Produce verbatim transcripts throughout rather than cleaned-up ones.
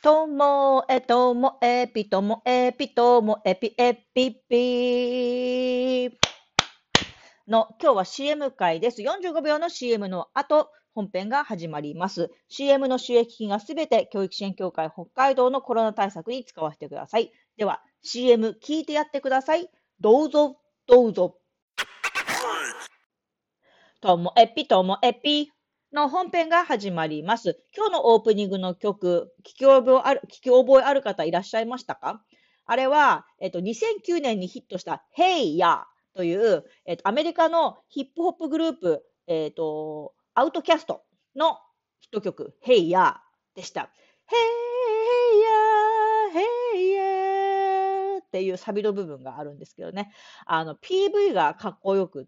ともえともえぴともえぴともえぴえぴぴの今日は シーエム 回です。よんじゅうごびょうの シーエム の後、本編が始まります。シーエム の収益金がすべて教育支援協会北海道のコロナ対策に使わせてください。では シーエム 聞いてやってください。どうぞどうぞ。ともえぴともえぴの本編が始まります。今日のオープニングの曲、聞き覚えある、聞き覚えある方いらっしゃいましたか？あれは、えっと、にせんきゅうねんにヒットした Hey Ya という、えっと、アメリカのヒップホップグループ、えっと、アウトキャストのヒット曲 Hey Ya でした。Hey Ya, Hey Ya っていうサビの部分があるんですけどね。あの、ピーブイ がかっこよくって、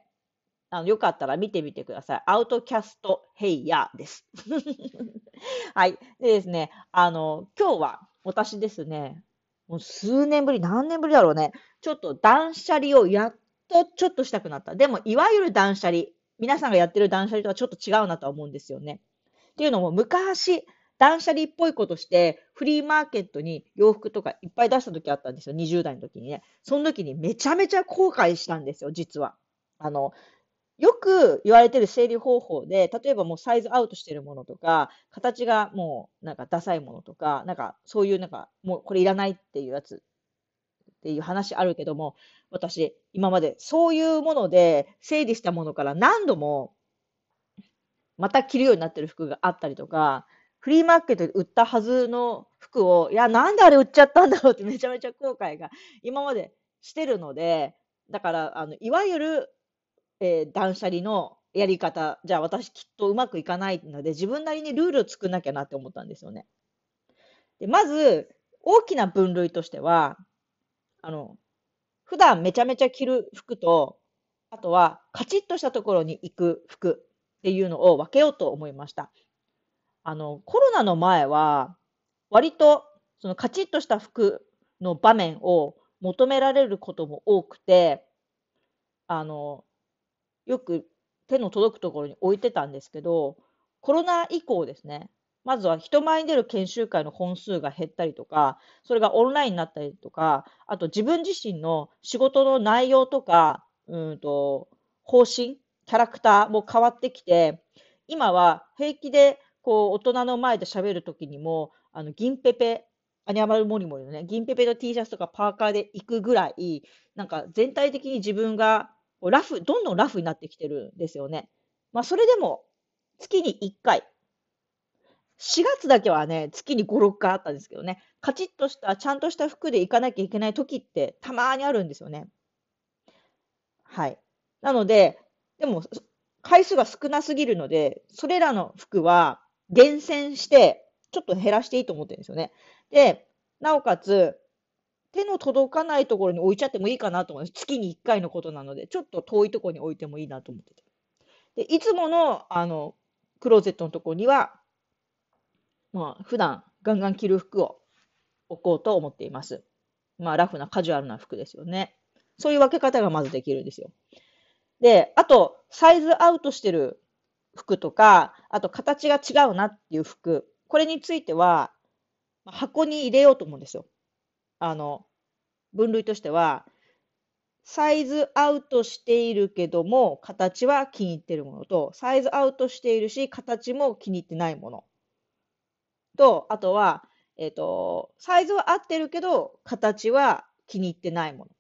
あの、よかったら見てみてください。アウトキャストヘイヤーです。はい。でですね、あの、今日は私ですね、もう数年ぶり、何年ぶりだろうね。ちょっと断捨離をやっとちょっとしたくなった。でも、いわゆる断捨離、皆さんがやってる断捨離とはちょっと違うなとは思うんですよね。っていうのも、昔、断捨離っぽいことして、フリーマーケットに洋服とかいっぱい出した時あったんですよ。にじゅう代の時にね。その時にめちゃめちゃ後悔したんですよ、実は。あの、よく言われてる整理方法で、例えばもうサイズアウトしてるものとか、形がもうなんかダサいものとか、なんかそういうなんかもうこれいらないっていうやつっていう話あるけども、私今までそういうもので整理したものから何度もまた着るようになってる服があったりとか、フリーマーケットで売ったはずの服を、いや、なんであれ売っちゃったんだろうってめちゃめちゃ後悔が今までしてるので、だから、あの、いわゆるえー断捨離のやり方、じゃあ私きっとうまくいかないので、自分なりにルールを作んなきゃなって思ったんですよね。で、まず、大きな分類としては、あの、普段めちゃめちゃ着る服と、あとはカチッとしたところに行く服っていうのを分けようと思いました。あの、コロナの前は、割とそのカチッとした服の場面を求められることも多くて、あの、よく手の届くところに置いてたんですけど、コロナ以降ですね、まずは人前に出る研修会の本数が減ったりとか、それがオンラインになったりとか、あと自分自身の仕事の内容とか、うんと、方針、キャラクターも変わってきて、今は平気でこう大人の前で喋るときにも、あの銀ペペ、アニャマルモリモリのね、銀ペペの T シャツとかパーカーで行くぐらい、なんか全体的に自分がこうラフ、どんどんラフになってきてるんですよね。まあ、それでも、月にいっかい。しがつだけはね、月にご、ろっかいあったんですけどね、カチッとした、ちゃんとした服で行かなきゃいけない時ってたまーにあるんですよね。はい。なので、でも、回数が少なすぎるので、それらの服は厳選して、ちょっと減らしていいと思ってるんですよね。で、なおかつ、手の届かないところに置いちゃってもいいかなと思います。月にいっかいのことなので、ちょっと遠いところに置いてもいいなと思ってて。で、いつもの、あの、クローゼットのところには、まあ、普段ガンガン着る服を置こうと思っています。まあ、ラフなカジュアルな服ですよね。そういう分け方がまずできるんですよ。で、あと、サイズアウトしてる服とか、あと形が違うなっていう服、これについては、まあ箱に入れようと思うんですよ。あの、分類としては、サイズアウトしているけども、形は気に入っているものと、サイズアウトしているし、形も気に入ってないものと、あとは、えっと、サイズは合ってるけど、形は気に入ってないもの。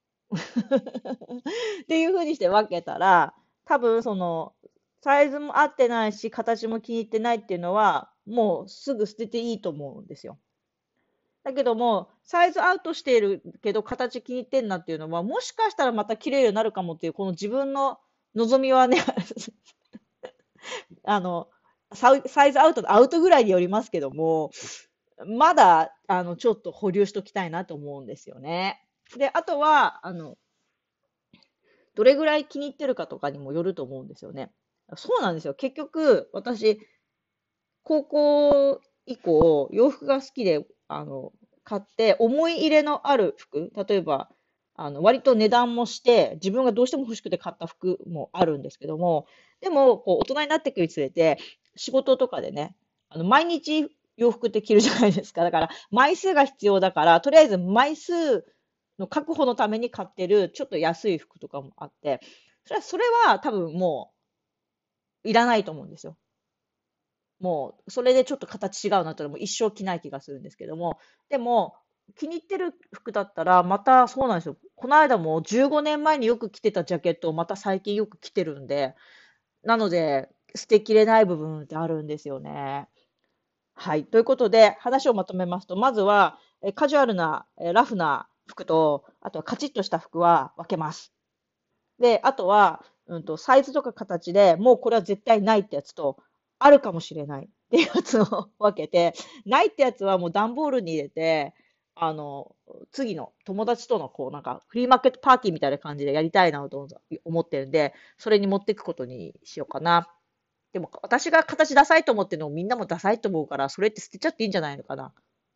っていう風にして分けたら、多分その、サイズも合ってないし、形も気に入ってないっていうのは、もうすぐ捨てていいと思うんですよ。だけども、サイズアウトしているけど、形気に入ってんなっていうのは、もしかしたらまた綺麗になるかもっていう、この自分の望みはね、あの、サイサイズアウトとアウトぐらいによりますけども、まだ、あの、ちょっと保留しときたいなと思うんですよね。で、あとは、あの、どれぐらい気に入ってるかとかにもよると思うんですよね。そうなんですよ。結局、私、高校以降、洋服が好きで、あの、買って、思い入れのある服、例えば、あの、割と値段もして、自分がどうしても欲しくて買った服もあるんですけども、でも、こう、大人になっていくにつれて、仕事とかでね、あの、毎日洋服って着るじゃないですか。だから、枚数が必要だから、とりあえず枚数の確保のために買ってる、ちょっと安い服とかもあって、それは、それは多分もういらないと思うんですよ。もう、それでちょっと形違うなったらもう一生着ない気がするんですけども、でも、気に入ってる服だったら、またそうなんですよ。この間もじゅうごねんまえによく着てたジャケットをまた最近よく着てるんで、なので、捨てきれない部分ってあるんですよね。はい。ということで、話をまとめますと、まずは、えカジュアルな、えラフな服と、あとはカチッとした服は分けます。で、あとは、うんと、サイズとか形でもうこれは絶対ないってやつと、あるかもしれないっていうやつを分けて、ないってやつはもう段ボールに入れて、あの、次の友達とのこうなんかフリーマーケットパーティーみたいな感じでやりたいなと思ってるんで、それに持っていくことにしようかな。でも私が形ダサいと思ってるのをみんなもダサいと思うから、それって捨てちゃっていいんじゃないのかな。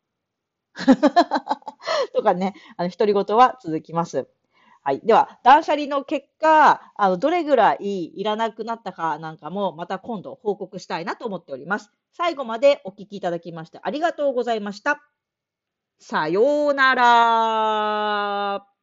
とかね、あの、独り言は続きます。はい。では、断捨離の結果、あの、どれぐらいいらなくなったかなんかも、また今度報告したいなと思っております。最後までお聞きいただきましてありがとうございました。さようなら。